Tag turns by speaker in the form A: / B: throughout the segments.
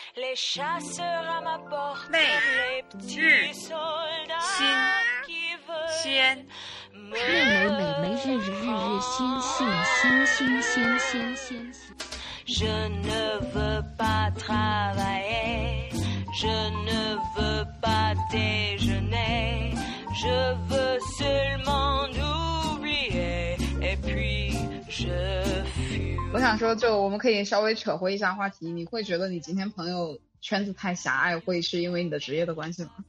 A: les chasseurs à ma porte,
B: 内
A: les
B: 日
A: petits soldats
B: 新
A: qui veulent
B: 鲜
A: me
C: 日新鲜。
A: Je ne veux pas travailler, je ne veux pas déjeuner, je veux seulement oublier, et puis je fume.
D: 我想说，就我们可以稍微扯回一下话题，你会觉得你今天朋友圈子太狭隘，会是因为你的职业的关系吗？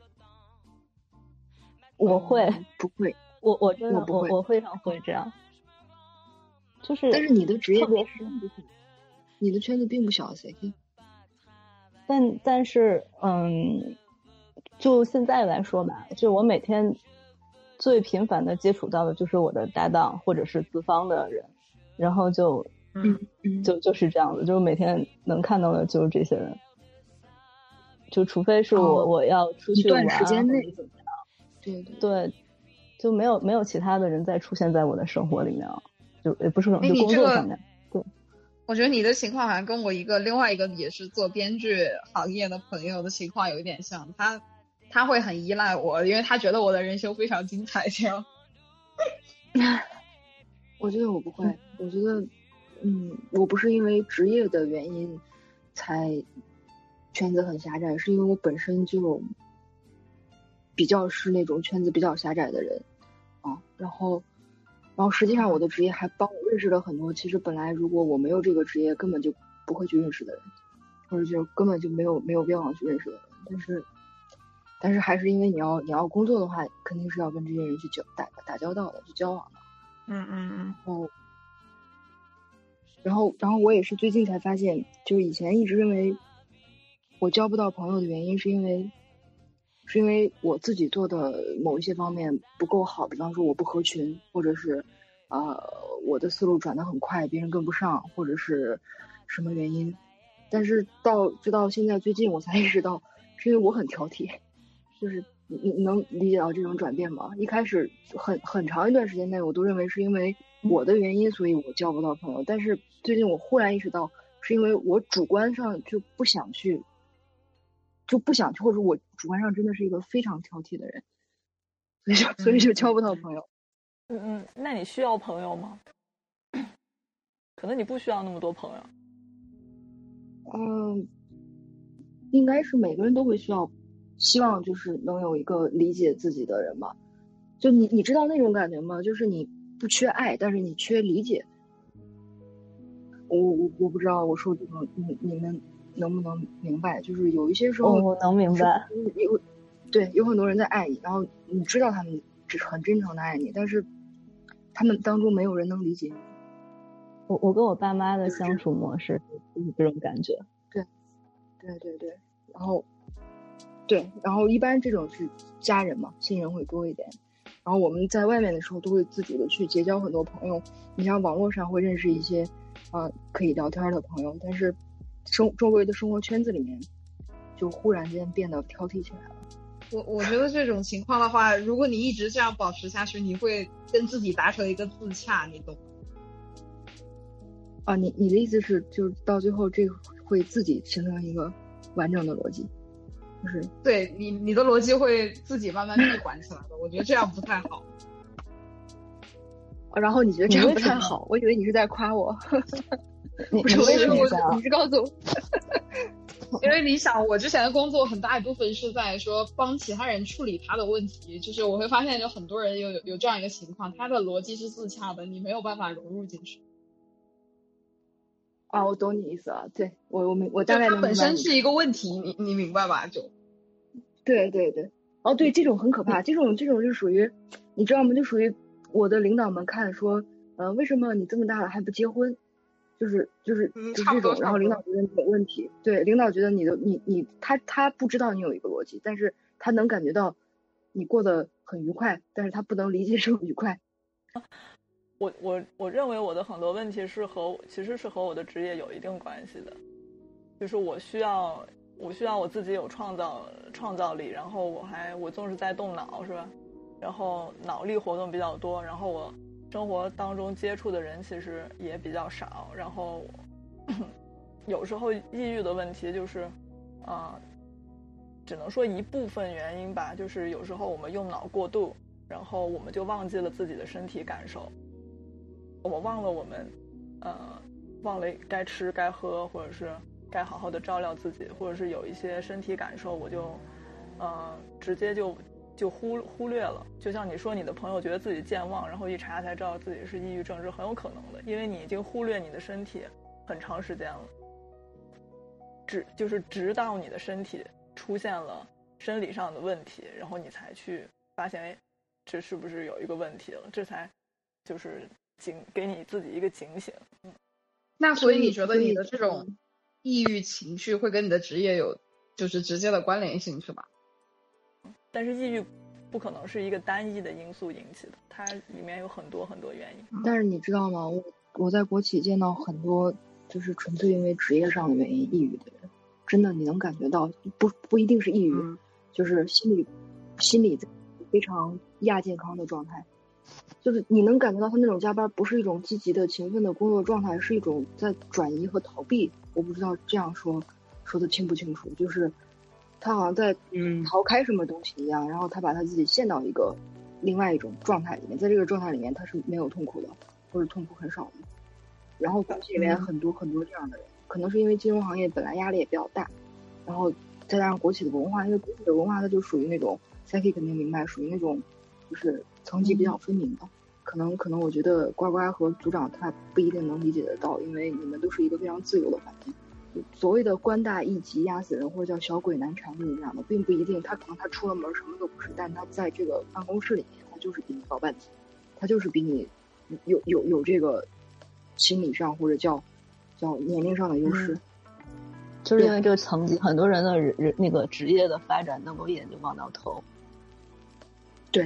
E: 我会，
F: 不会，
E: 我真的
F: 我不会
E: 我非常会这样，就是
F: 但是你的职业
E: 特别是
F: 你的圈子并不小 ，CK。
E: 但是就现在来说吧，就我每天最频繁的接触到的就是我的搭档或者是资方的人，然后就是这样子，就是每天能看到的就是这些人，就除非是我要出去玩
F: 一段时间内
E: 怎么样，
F: 对，
E: 就没有其他的人再出现在我的生活里面了，就也不是就
D: 你
E: 工作上面。对，
D: 我觉得你的情况好像跟我另外一个也是做编剧行业的朋友的情况有一点像，他会很依赖我，因为他觉得我的人生非常精彩。这样，
F: 我觉得我不会，我觉得，我不是因为职业的原因才圈子很狭窄，是因为我本身就比较是那种圈子比较狭窄的人啊，然后实际上我的职业还帮我认识了很多其实本来如果我没有这个职业根本就不会去认识的人，或者就根本就没有必要去认识的人，但是还是因为你要工作的话，肯定是要跟这些人去打交道的，去交往的。然后我也是最近才发现，就是以前一直认为我交不到朋友的原因是因为我自己做的某一些方面不够好，比方说我不合群，或者是我的思路转得很快，别人跟不上，或者是什么原因。但是直到现在最近我才意识到，是因为我很挑剔。就是你能理解到这种转变吗？一开始很长一段时间内我都认为是因为我的原因所以我交不到朋友，但是最近我忽然意识到是因为我主观上就不想去，或者我主观上真的是一个非常挑剔的人，所以就交不到朋友。
G: 那你需要朋友吗？可能你不需要那么多朋友。
F: 应该是每个人都会希望就是能有一个理解自己的人吧。就你知道那种感觉吗？就是你不缺爱，但是你缺理解。我不知道我说这种你们能不能明白？就是有一些时候
E: 我能明白。
F: 有很多人在爱你，然后你知道他们只很真诚的爱你，但是他们当中没有人能理解你。
E: 我跟我爸妈的相处模式就是这种感觉。
F: 对，然后一般这种是家人嘛，亲人会多一点。然后我们在外面的时候都会自主的去结交很多朋友，你像网络上会认识一些可以聊天的朋友，但是周围的生活圈子里面就忽然间变得挑剔起来了。
D: 我觉得这种情况的话，如果你一直这样保持下去，你会跟自己达成一个自洽，你懂吗？
F: 你的意思是就是到最后这会自己形成一个完整的逻辑，就是
D: 对你的逻辑会自己慢慢闭环起来的。我觉得这样不太好。
F: 然后你觉得这样不太好？我以为你是在夸我。
E: 你
F: 是告诉我。
D: 因为你想，我之前的工作很大一部分是在说帮其他人处理他的问题，就是我会发现有很多人有这样一个情况，他的逻辑是自洽的，你没有办法融入进去。
F: 我懂你意思了。对，我大概能明白。它
D: 本身是一个问题，你明白吧？就
F: 对。对，这种很可怕，这种就属于你知道吗？就属于我的领导们看说，为什么你这么大了还不结婚？就是这种，然后领导觉得你有问题，对，领导觉得他不知道你有一个逻辑，但是他能感觉到你过得很愉快，但是他不能理解这种愉快。
G: 我认为我的很多问题其实是和我的职业有一定关系的，就是我需要我自己有创造力，然后我总是在动脑，是吧？然后脑力活动比较多，然后我生活当中接触的人其实也比较少，然后有时候抑郁的问题就是只能说一部分原因吧，就是有时候我们用脑过度，然后我们就忘记了自己的身体感受，我忘了我们忘了该吃该喝，或者是该好好的照料自己，或者是有一些身体感受我就直接就忽略了。就像你说你的朋友觉得自己健忘，然后一查才知道自己是抑郁症，是很有可能的，因为你已经忽略你的身体很长时间了，就是直到你的身体出现了生理上的问题，然后你才去发现，哎，这是不是有一个问题了？这才就是给你自己一个警醒。
D: 那所以你觉得你的这种抑郁情绪会跟你的职业有就是直接的关联性是吧？
G: 但是抑郁不可能是一个单一的因素引起的，它里面有很多很多原因。
F: 但是你知道吗？我在国企见到很多就是纯粹因为职业上的原因抑郁的人，真的你能感觉到，不一定是抑郁，就是心理非常亚健康的状态，就是你能感觉到他那种加班不是一种积极的勤奋的工作状态，是一种在转移和逃避。我不知道这样说的清不清楚，就是他好像在逃开什么东西一样，然后他把他自己陷到一个另外一种状态里面，在这个状态里面他是没有痛苦的，或者痛苦很少的。然后国企里面很多很多这样的人，可能是因为金融行业本来压力也比较大，然后再加上国企的文化，因为国企的文化它就属于那种 Saki 肯定明白，属于那种就是层级比较分明的。可能我觉得呱呱和组长他不一定能理解得到，因为你们都是一个非常自由的环境。所谓的官大一级压死人或者叫小鬼难缠这样的，并不一定，他可能他出了门什么都不是，但他在这个办公室里面他就是比你高半级，他就是比你有这个心理上或者叫年龄上的优势。
E: 就是因为这个层级，很多人的那个职业的发展能够一眼就望到头。
F: 对，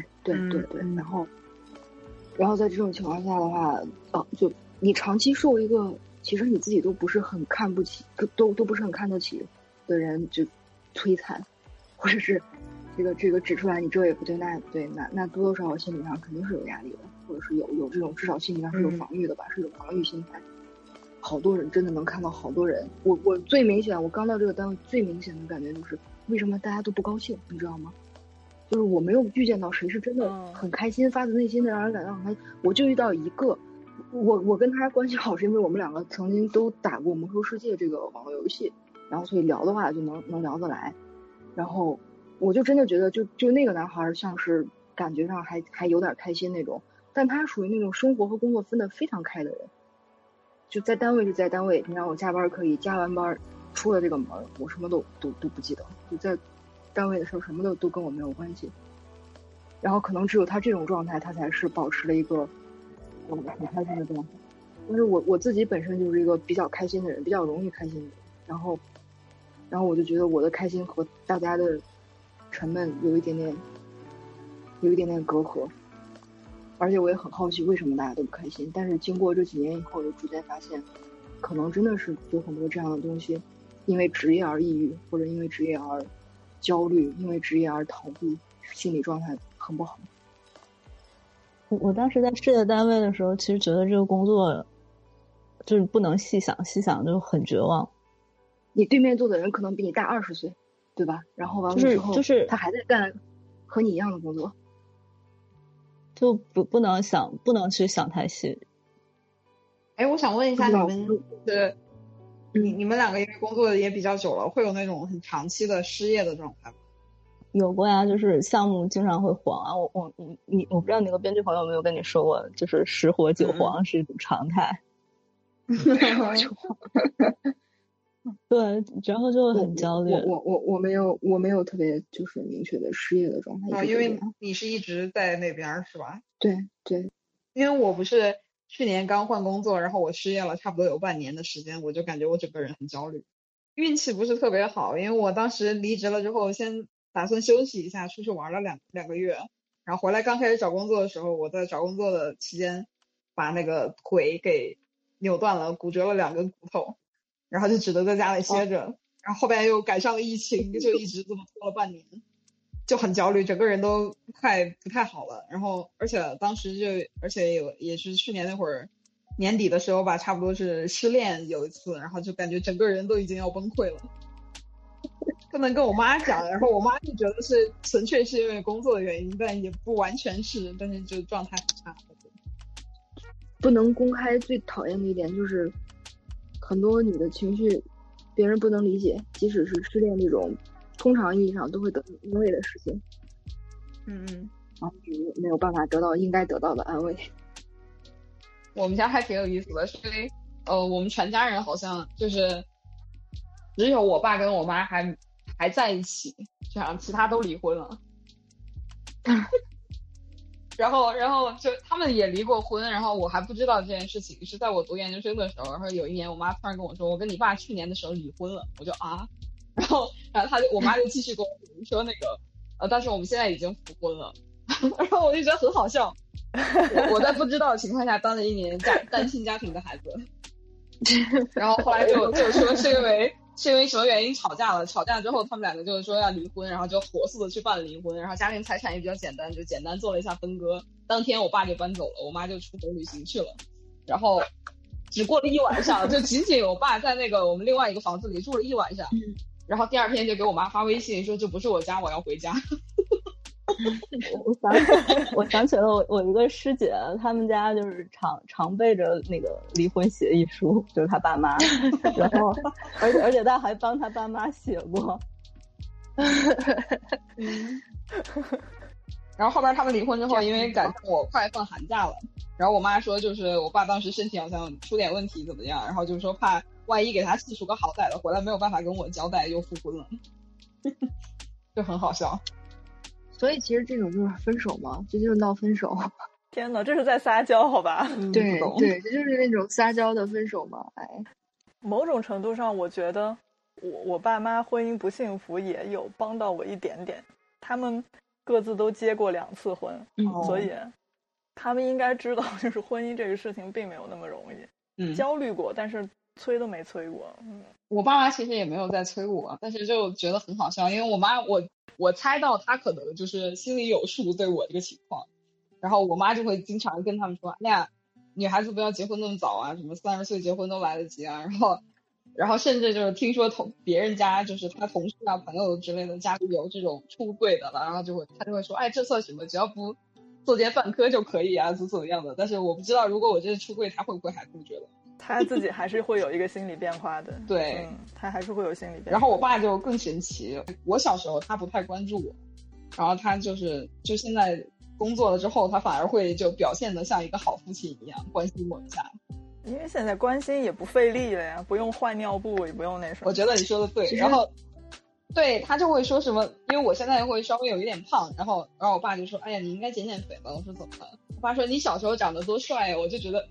F: 然后在这种情况下的话，就你长期受一个其实你自己都不是很看不起，都不是很看得起的人就摧残，或者是这个指出来你这也不对那也不对，那多多少少心理上肯定是有压力的，或者是有这种至少心理上是有防御的吧，是有防御心态。好多人真的能看到好多人，我最明显，我刚到这个单位最明显的感觉就是为什么大家都不高兴，你知道吗？就是我没有遇见到谁是真的很开心，发自内心的让人感到很开心。我就遇到一个，我跟他关系好是因为我们两个曾经都打过魔兽世界这个网络游戏，然后所以聊的话就能聊得来。然后我就真的觉得就那个男孩像是感觉上还有点开心那种，但他属于那种生活和工作分得非常开的人。就在单位就在单位，你让我加班可以，加完班出了这个门我什么都不记得，就在单位的时候什么都跟我没有关系。然后可能只有他这种状态，他才是保持了一个很开心的状态。但是我自己本身就是一个比较开心的人，比较容易开心的人，然后我就觉得我的开心和大家的沉闷有一点点隔阂。而且我也很好奇为什么大家都不开心，但是经过这几年以后，就逐渐发现，可能真的是有很多这样的东西，因为职业而抑郁，或者因为职业而焦虑，因为职业而逃避，心理状态很不好。
E: 我当时在事业单位的时候，其实觉得这个工作就是不能细想就很绝望。
F: 你对面坐的人可能比你大20岁，对吧？然后完了之后，
E: 就是
F: 他还在干和你一样的工作。
E: 就不能去想太细。
D: 哎，我想问一下你们，你们两个因为工作也比较久了，会有那种很长期的失业的状态吗？
E: 有过呀，就是项目经常会黄啊。我不知道那个编剧朋友有没有跟你说过，就是10火9黄是一种常态。对，然后就很焦虑。
F: 我没有特别就是明确的失业的状态。
D: 因为你是一直在那边是吧？
F: 对，
D: 因为我不是去年刚换工作，然后我失业了差不多有半年的时间，我就感觉我整个人很焦虑，运气不是特别好，因为我当时离职了之后，先打算休息一下，出去玩了两个月，然后回来刚开始找工作的时候，我在找工作的期间把那个腿给扭断了，骨折了2根骨头。然后就只能在家里歇着，然后后边又赶上了疫情，就一直这么拖了半年，就很焦虑，整个人都快不太好了。然后而且当时也是去年那会儿年底的时候吧，差不多是失恋有一次，然后就感觉整个人都已经要崩溃了。 不能跟我妈讲，然后我妈就觉得是纯粹是因为工作的原因，但也不完全是，但是就状态很差。
F: 不能公开最讨厌的一点就是很多你的情绪别人不能理解，即使是失恋这种通常意义上都会得到安慰的事情，然后你没有办法得到应该得到的安慰。
D: 我们家还挺有意思的，是因为我们全家人好像就是只有我爸跟我妈还在一起，这样其他都离婚了。然后就他们也离过婚，然后我还不知道这件事情，是在我读研究生的时候，然后有一年我妈突然跟我说，我跟你爸去年的时候离婚了，我就啊，然后我妈就继续跟我说那个但是我们现在已经复婚了。然后我就觉得很好笑，我在不知道的情况下当了1年单亲家庭的孩子。然后后来就说是因为什么原因吵架了，吵架之后他们两个就是说要离婚，然后就火速的去办了离婚，然后家庭财产也比较简单，就简单做了一下分割。当天我爸就搬走了，我妈就出国旅行去了，然后只过了1晚上，就仅仅我爸在那个我们另外一个房子里住了1晚上，然后第2天就给我妈发微信说这不是我家，我要回家。
E: 我想起了我一个师姐，他们家就是常备着那个离婚协议书，就是他爸妈，然后而且他还帮他爸妈写过。
D: 然后后边他们离婚之后，因为赶上我快放寒假了，然后我妈说就是我爸当时身体好像出点问题怎么样，然后就说怕万一给他细数个好歹了，回来没有办法跟我交代，又复婚了。就很好笑。
F: 所以其实这种就是分手嘛，这就是闹分手。
G: 天哪，这是在撒娇好吧？
F: 对对，这就是那种撒娇的分手嘛。哎，
G: 某种程度上我觉得我爸妈婚姻不幸福也有帮到我一点点，他们各自都结过2次婚，所以他们应该知道就是婚姻这个事情并没有那么容易。焦虑过，但是催都没催过。
D: 我爸妈其实也没有在催我，但是就觉得很好笑，因为我妈我猜到她可能就是心里有数对我这个情况，然后我妈就会经常跟他们说，哎呀，女孩子不要结婚那么早啊，什么30岁结婚都来得及啊，然后甚至就是听说别人家就是他同事啊朋友之类的家里有这种出柜的了，然后他就会说，哎，这算什么，只要不作奸犯科就可以啊，怎么样的。但是我不知道如果我这出柜他会不会还不觉得，
G: 他自己还是会有一个心理变化的。
D: 对，
G: 他还是会有心理变化。
D: 然后我爸就更神奇，我小时候他不太关注我，然后他就现在工作了之后，他反而会就表现得像一个好父亲一样关心我一下。
G: 因为现在关心也不费力了呀，不用换尿布，也不用那什么。
D: 我觉得你说的对。然后对他就会说什么，因为我现在会稍微有一点胖，然后我爸就说，哎呀，你应该减肥吧。我说怎么了？我爸说你小时候长得多帅呀。我就觉得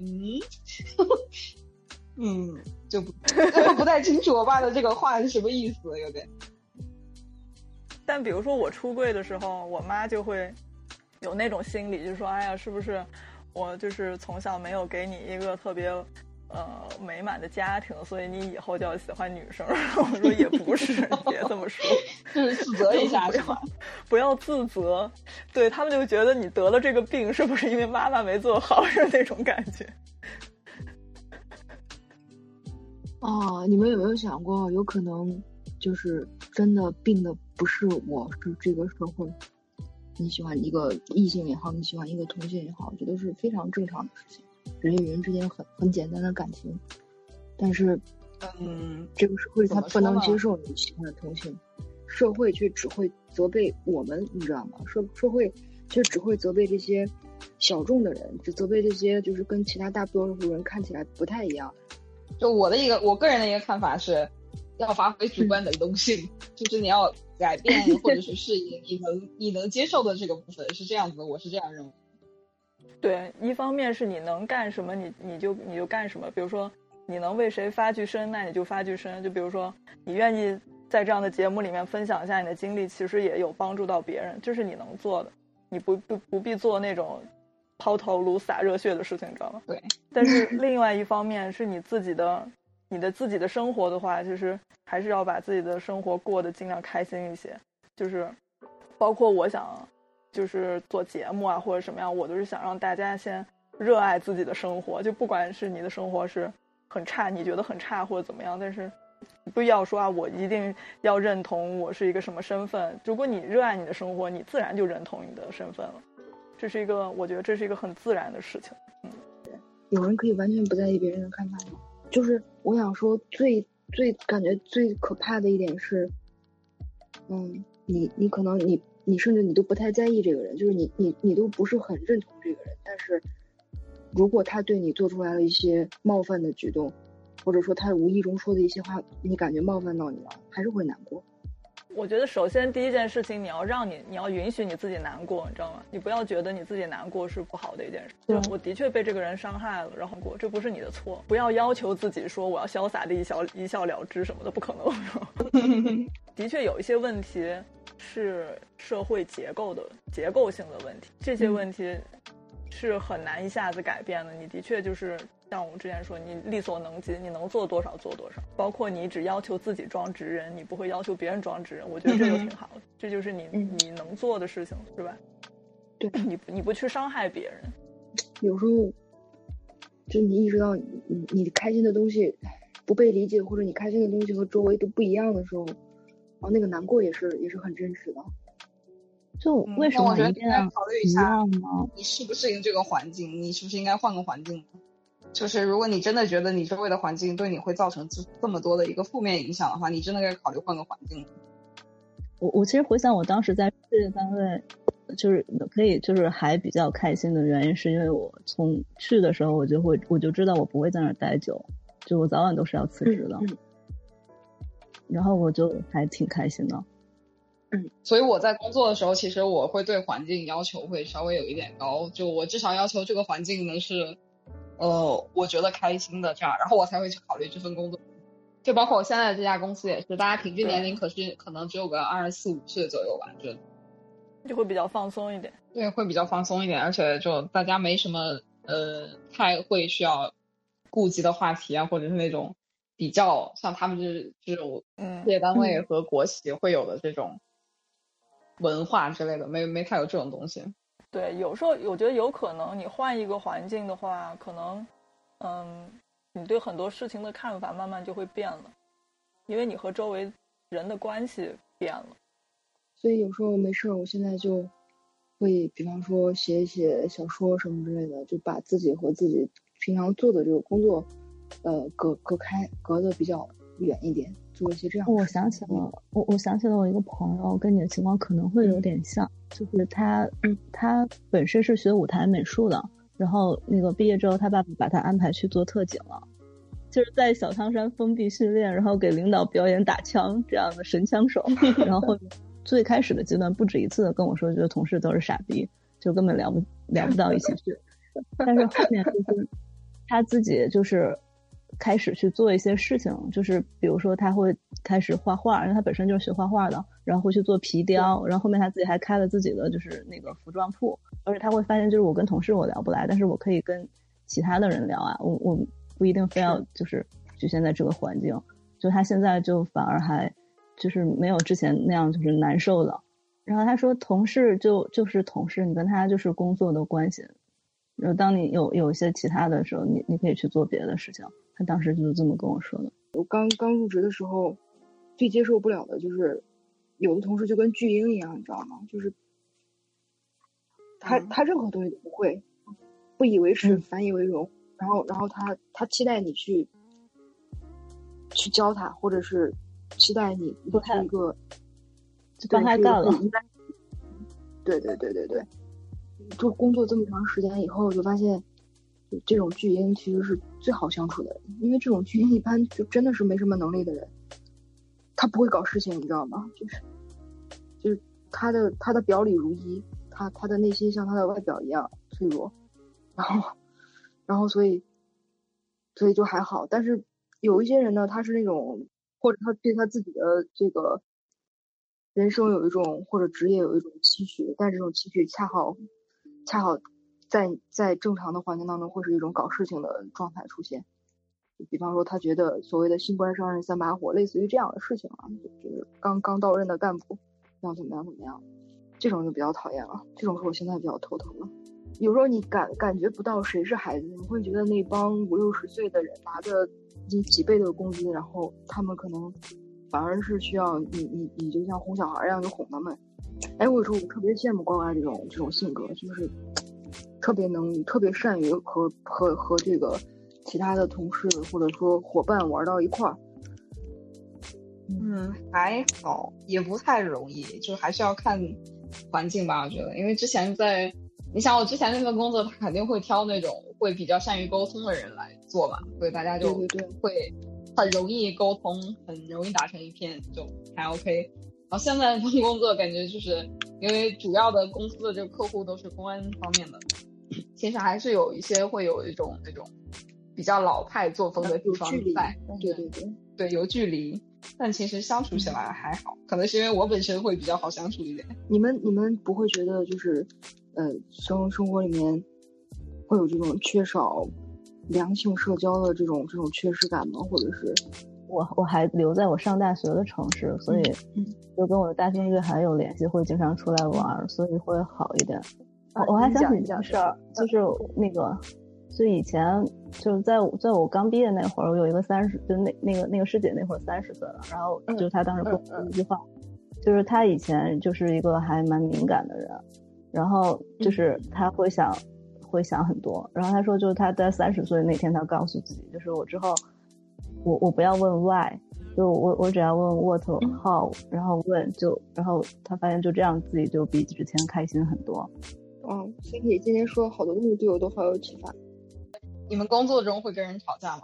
D: 就不太清楚我爸的这个话是什么意思，有点。
G: 但比如说我出柜的时候，我妈就会有那种心理，就说哎呀，是不是我就是从小没有给你一个特别美满的家庭，所以你以后就要喜欢女生。我说也不是，你别这么说，
D: 就是自责一下，
G: 不要自责。对，他们就觉得你得了这个病，是不是因为妈妈没做好，是那种感觉。
F: 你们有没有想过，有可能就是真的病的不是我，是这个社会。你喜欢一个异性也好，你喜欢一个同性也好，这都是非常正常的事情，人与人之间很简单的感情。但是这个社会它不能接受你喜欢的同性，社会却只会责备我们，你知道吗？社会却只会责备这些小众的人，只责备这些就是跟其他大多数人看起来不太一样。
D: 就我个人的一个看法是，要发挥主观能动性，就是你要改变或者是适应你能接受的这个部分，是这样子的，我是这样认为。
G: 对，一方面是你能干什么你就干什么，比如说你能为谁发句声，那你就发句声。就比如说你愿意在这样的节目里面分享一下你的经历，其实也有帮助到别人，这是你能做的，你不必做那种抛头颅洒热血的事情，你知道吗？
D: 对。
G: 但是另外一方面是你自己的生活的话，就是还是要把自己的生活过得尽量开心一些。就是包括我想就是做节目啊或者什么样，我都是想让大家先热爱自己的生活，就不管是你的生活是很差，你觉得很差或者怎么样，但是不要说啊，我一定要认同我是一个什么身份。如果你热爱你的生活，你自然就认同你的身份了。这是一个，我觉得这是一个很自然的事情。
F: 有人可以完全不在意别人的看法吗？就是我想说感觉最可怕的一点是，你可能你甚至你都不太在意这个人，就是你都不是很认同这个人，但是如果他对你做出来了一些冒犯的举动，或者说他无意中说的一些话，你感觉冒犯到你了，还是会难过。
G: 我觉得首先第一件事情，你要允许你自己难过，你知道吗？你不要觉得你自己难过是不好的一件事。就我的确被这个人伤害了，然后这不是你的错。不要要求自己说我要潇洒的一笑了之什么的，不可能。的确有一些问题是社会结构性的问题，这些问题是很难一下子改变的。你的确就是像我之前说，你力所能及，你能做多少做多少。包括你只要求自己装直人，你不会要求别人装直人，我觉得这就挺好的。这就是你能做的事情，是吧？
F: 对，
G: 你不去伤害别人。
F: 有时候就你意识到你开心的东西不被理解，或者你开心的东西和周围都不一样的时候，然后那个难过也是很真实的。
E: 就为什么
D: 我觉得你应该考虑一下
E: 呢？
D: 你适不适应这个环境，你是不是应该换个环境？就是如果你真的觉得你周围的环境对你会造成这么多的一个负面影响的话，你真的该考虑换个环境。
E: 我其实回想我当时在事业单位，就是可以就是还比较开心的原因，是因为我从去的时候我就知道我不会在那儿待久，就我早晚都是要辞职的。然后我就还挺开心的。
D: 所以我在工作的时候，其实我会对环境要求会稍微有一点高，就我至少要求这个环境呢是我觉得开心的这样，然后我才会去考虑这份工作。就包括我现在的这家公司也是，大家平均年龄可能只有个24、25岁左右吧，
G: 就会比较放松一点。
D: 对，会比较放松一点，而且就大家没什么太会需要顾及的话题啊，或者是那种比较像他们这种事业单位和国企会有的这种文化之类的，没太有这种东西。
G: 对，有时候我觉得有可能你换一个环境的话，可能你对很多事情的看法慢慢就会变了，因为你和周围人的关系变了。
F: 所以有时候没事我现在就会比方说写一写小说什么之类的，就把自己和自己平常做的这个工作隔得比较远一点，做一些这样的事情。
E: 我想起了我一个朋友跟你的情况可能会有点像，就是他本身是学舞台美术的，然后那个毕业之后他爸爸把他安排去做特警了，就是在小汤山封闭训练，然后给领导表演打枪这样的神枪手。然后最开始的阶段不止一次的跟我说，觉得同事都是傻逼，就根本聊不到一起去。但是后面就是他自己就是开始去做一些事情，就是比如说他会开始画画，因为他本身就是学画画的，然后会去做皮雕，然后后面他自己还开了自己的就是那个服装铺。而且他会发现，就是我跟同事我聊不来，但是我可以跟其他的人聊啊，我不一定非要就是局限在这个环境。就他现在就反而还就是没有之前那样就是难受了。然后他说同事就是同事，你跟他就是工作的关系，然后当你有一些其他的时候，你可以去做别的事情。他当时就是这么跟我说的。
F: 我刚入职的时候最接受不了的就是有的同事就跟巨婴一样，你知道吗？就是他任何东西都不会，不以为耻反以为荣，然后他期待你去教他，或者是期待你是一个
E: 就帮他干了。
F: 对，就工作这么长时间以后，就发现这种巨婴其实是最好相处的人，因为这种巨婴一般就真的是没什么能力的人，他不会搞事情，你知道吗？就是他的表里如一，他的内心像他的外表一样脆弱，然后所以就还好。但是有一些人呢，他是那种或者他对他自己的这个人生有一种或者职业有一种期许，但这种期许恰好在正常的环境当中会是一种搞事情的状态出现。比方说他觉得所谓的新官上任三把火，类似于这样的事情啊，就是刚到任的干部要怎么样，这种就比较讨厌了。这种是我现在比较头疼了。有时候你感觉不到谁是孩子，你会觉得那帮50、60岁的人拿着经几倍的工资，然后他们可能反而是需要你就像哄小孩一样去哄他们。哎，我说我特别羡慕乖乖这种性格，就是特别善于和这个其他的同事或者说伙伴玩到一块儿。
D: 还好，也不太容易，就还是要看环境吧，我觉得。因为之前你想我之前那份工作，他肯定会挑那种会比较善于沟通的人来做嘛，所以大家就会很容易沟通，很容易打成一片，就还 OK。然后现在这份工作感觉就是因为主要的公司的这个客户都是公安方面的，其实还是有一些会有一种那种比较老派作风的地方在，对，有距离。但其实相处起来还好，可能是因为我本身会比较好相处一点。
F: 你们不会觉得就是生活里面会有这种缺少良性社交的这种缺失感吗？或者是
E: 我还留在我上大学的城市，所以就跟我的大学同学还有联系，会经常出来玩，所以会好一点。我还想起一件事儿，就是那个。所以以前就是在我刚毕业那会儿，我有一个就那个师姐那会儿30岁了，然后就是她当时跟我说一句话，就是她以前就是一个还蛮敏感的人，然后就是她会想很多，然后她说就是她在30岁那天，她告诉自己，就是我之后我不要问 why， 就我只要问 what how， 然后然后她发现就这样自己就比之前开心很多。
F: Cindy今天说好多东西对我都好有启发。
D: 你们工作中会跟人吵架吗？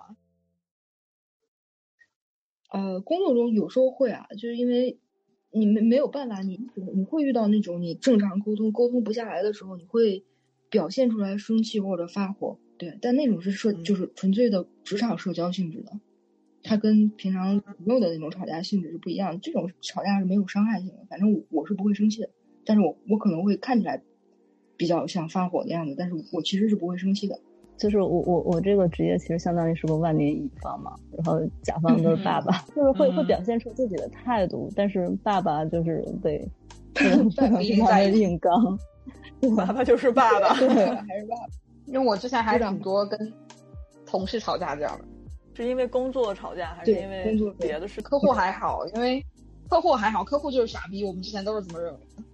F: 工作中有时候会啊，就是因为你没有办法，你会遇到那种你正常沟通不下来的时候，你会表现出来生气或者发火，对，但那种是就是纯粹的职场社交性质的，它跟平常朋友的那种吵架性质是不一样的。这种吵架是没有伤害性的，反正我是不会生气的，但是我可能会看起来比较像发火的样子，但是我其实是不会生气的。
E: 就是我这个职业其实相当于是个万年乙方嘛，然后甲方都是爸爸，就是会表现出自己的态度，但是爸爸就是得硬刚，
G: 爸爸就是爸爸，
D: 对，还是爸爸。因为我之前还挺多跟同事吵架这样的，
G: 是因为工作吵架还是因为别的事？
D: 客户还好，因为客户就是傻逼，我们之前都是这么认为的。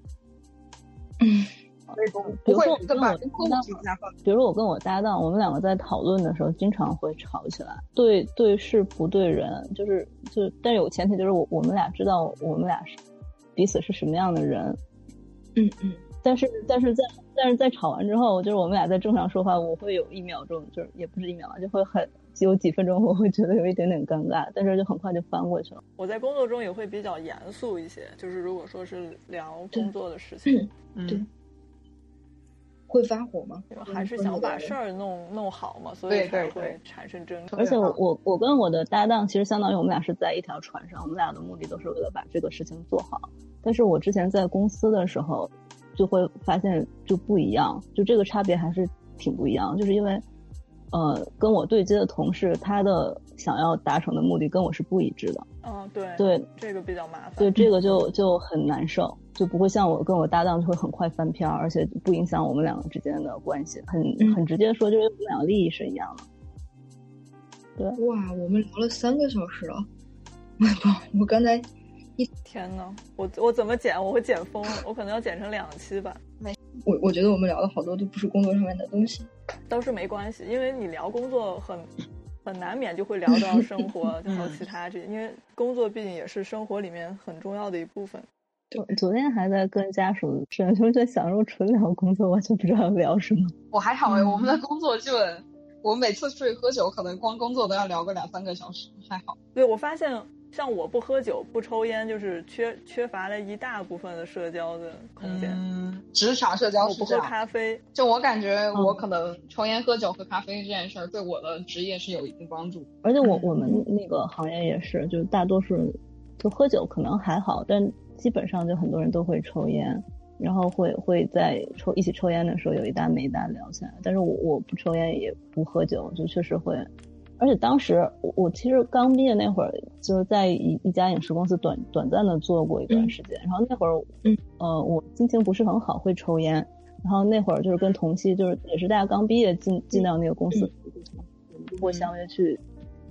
D: 不会跟客户吵架。
E: 比如我跟我搭档，我们两个在讨论的时候经常会吵起来，对事不对人，但有前提就是我们俩知道我们俩是彼此是什么样的人。但是在吵完之后，就是我们俩在正常说话，我会有1秒钟，就是也不是1秒吧，就会有几分钟我会觉得有一点点尴尬，但是就很快就翻过去了。
G: 我在工作中也会比较严肃一些，就是如果说是聊工作的事情，
F: 对。会发火吗？
G: 还是想把事儿弄好嘛，所以才会产生争吵。
E: 而且我跟我的搭档其实相当于我们俩是在一条船上，我们俩的目的都是为了把这个事情做好。但是我之前在公司的时候就会发现就不一样，就这个差别还是挺不一样，就是因为跟我对接的同事他的想要达成的目的跟我是不一致的。
G: 对，这个比较麻烦。
E: 对，这个就很难受，就不会像我跟我搭档就会很快翻篇，而且不影响我们两个之间的关系。很直接说，就是我们两个利益是一样的。对，
F: 哇，我们聊了3个小时了，我刚才
G: 天哪，我怎么剪？我会剪疯，我可能要剪成2期吧。
F: 我觉得我们聊了好多都不是工作上面的东西，
G: 倒是没关系，因为你聊工作很难免就会聊到生活，还有其他这些，因为工作毕竟也是生活里面很重要的一部分。
E: 昨天还在跟家属说，就在想说纯聊工作，我就不知道聊什么。
D: 我还好我们的工作基本，我们每次出去喝酒，可能光工作都要聊个2-3个小时，还好。
G: 对，我发现像我不喝酒不抽烟，就是缺乏了一大部分的社交的空间。
D: 职场社交是这样。
G: 我不喝咖啡，
D: 就我感觉我可能抽烟喝酒喝咖啡这件事儿对我的职业是有一定帮助。
E: 而且我们那个行业也是，就是大多数就喝酒可能还好，但基本上就很多人都会抽烟，然后会在一起抽烟的时候有一搭没一搭聊起来。但是我不抽烟也不喝酒，就确实会。而且当时我其实刚毕业那会儿，就是在一家影视公司短暂的做过一段时间，然后那会儿我心情不是很好，会抽烟，然后那会儿就是跟同期，就是也是大家刚毕业进到那个公司，我们就会相约去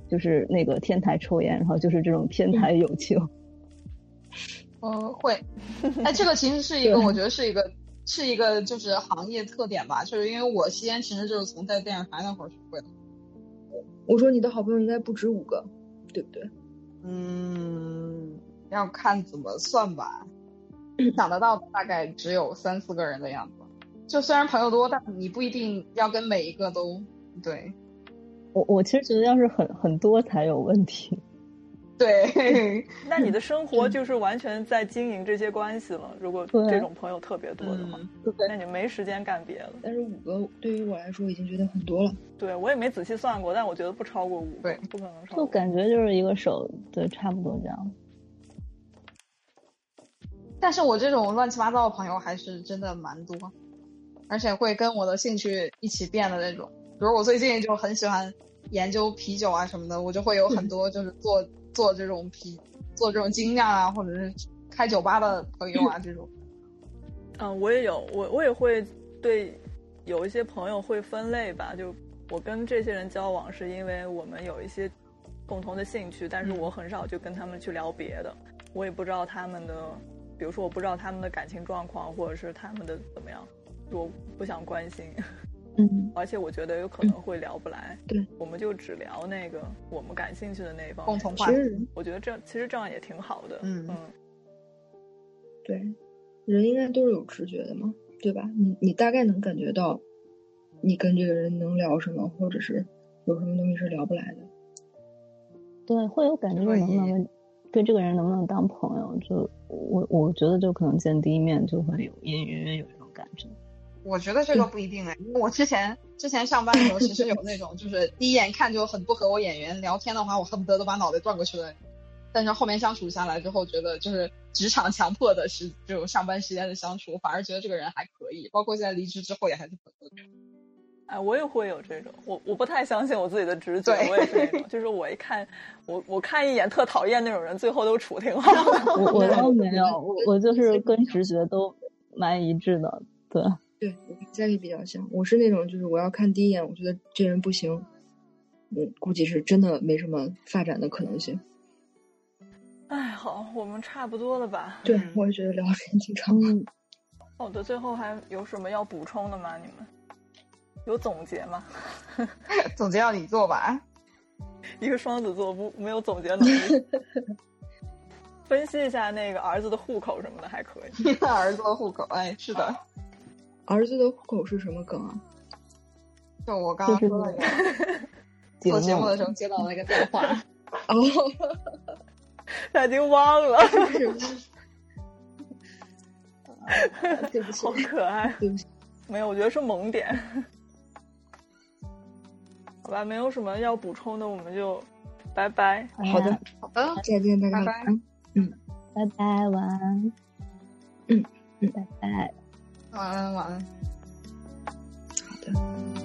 E: 就是那个天台抽烟，然后就是这种天台友情。
D: 会，哎，这个其实是一个，我觉得是一个就是行业特点吧，就是因为我吸烟其实就是从在电视台那会儿学会的。
F: 我说你的好朋友应该不止5个，对不对？
D: 要看怎么算吧，想得到大概只有3、4个人的样子。就虽然朋友多，但你不一定要跟每一个都对。
E: 我其实觉得要是很多才有问题。
D: 对，
G: 那你的生活就是完全在经营这些关系了。如果这种朋友特别多的话，那你没时间干别的。
F: 但是5个对于我来说已经觉得很多了。
G: 对，我也没仔细算过，但我觉得不超过5个，
D: 对，
G: 不可能超过。
E: 就感觉就是一个手，对，差不多这样。
D: 但是我这种乱七八糟的朋友还是真的蛮多，而且会跟我的兴趣一起变的那种。比如我最近就很喜欢研究啤酒啊什么的，我就会有很多就是做这种精酿啊，或者是开酒吧的朋友啊这种。
G: 我也有，我也会对有一些朋友会分类吧，就我跟这些人交往是因为我们有一些共同的兴趣，但是我很少就跟他们去聊别的，我也不知道他们的，比如说我不知道他们的感情状况，或者是他们的怎么样，我不想关心。而且我觉得有可能会聊不来。
F: 对，
G: 我们就只聊那个我们感兴趣的那一方面
D: 共同话题。
G: 我觉得其实这样也挺好的。
F: 对，人应该都是有直觉的嘛，对吧？你大概能感觉到你跟这个人能聊什么，或者是有什么东西是聊不来的。
E: 对，会有感觉能不能跟这个人能不能当朋友，就我觉得就可能见第一面就会隐隐约约有这种感觉。
D: 我觉得这个不一定因为我之前上班的时候，其实有那种就是第一眼看就很不合我眼缘，聊天的话我恨不得都把脑袋转过去了。但是后面相处下来之后，觉得就是职场强迫的是这种上班时间的相处，反而觉得这个人还可以，包括现在离职之后也还是很合适。
G: 哎，我也会有这种，我不太相信我自己的直觉，我也是那种，就是我一看，我看一眼特讨厌那种人，最后都处挺好的。
E: 我倒没有，我就是跟直觉都蛮一致的，对。
F: 对，我跟Jacky比较像，我是那种就是我要看第一眼，我觉得这人不行，估计是真的没什么发展的可能性。
G: 哎，好，我们差不多了吧？
F: 对，我也觉得聊时间挺长。
G: 好的，最后还有什么要补充的吗？你们有总结吗？
D: 总结要你做吧。
G: 一个双子座没有总结能力。分析一下那个儿子的户口什么的还可以。
D: 儿子的户口，哎，是的。
F: 儿子的户口是什么梗啊？
D: 就我刚刚说那个做节目的时候接到那个电话。
F: 哦，
G: 他已经忘了。
F: 对不起，
G: 好可爱。
F: 对不起，
G: 没有，我觉得是萌点。好吧，没有什么要补充的，我们就拜拜。
F: 好的，
D: 好的，
F: 再见，大家
D: 拜拜。
E: 拜拜，晚安。拜拜。
D: 晚安，晚安。
F: 好的。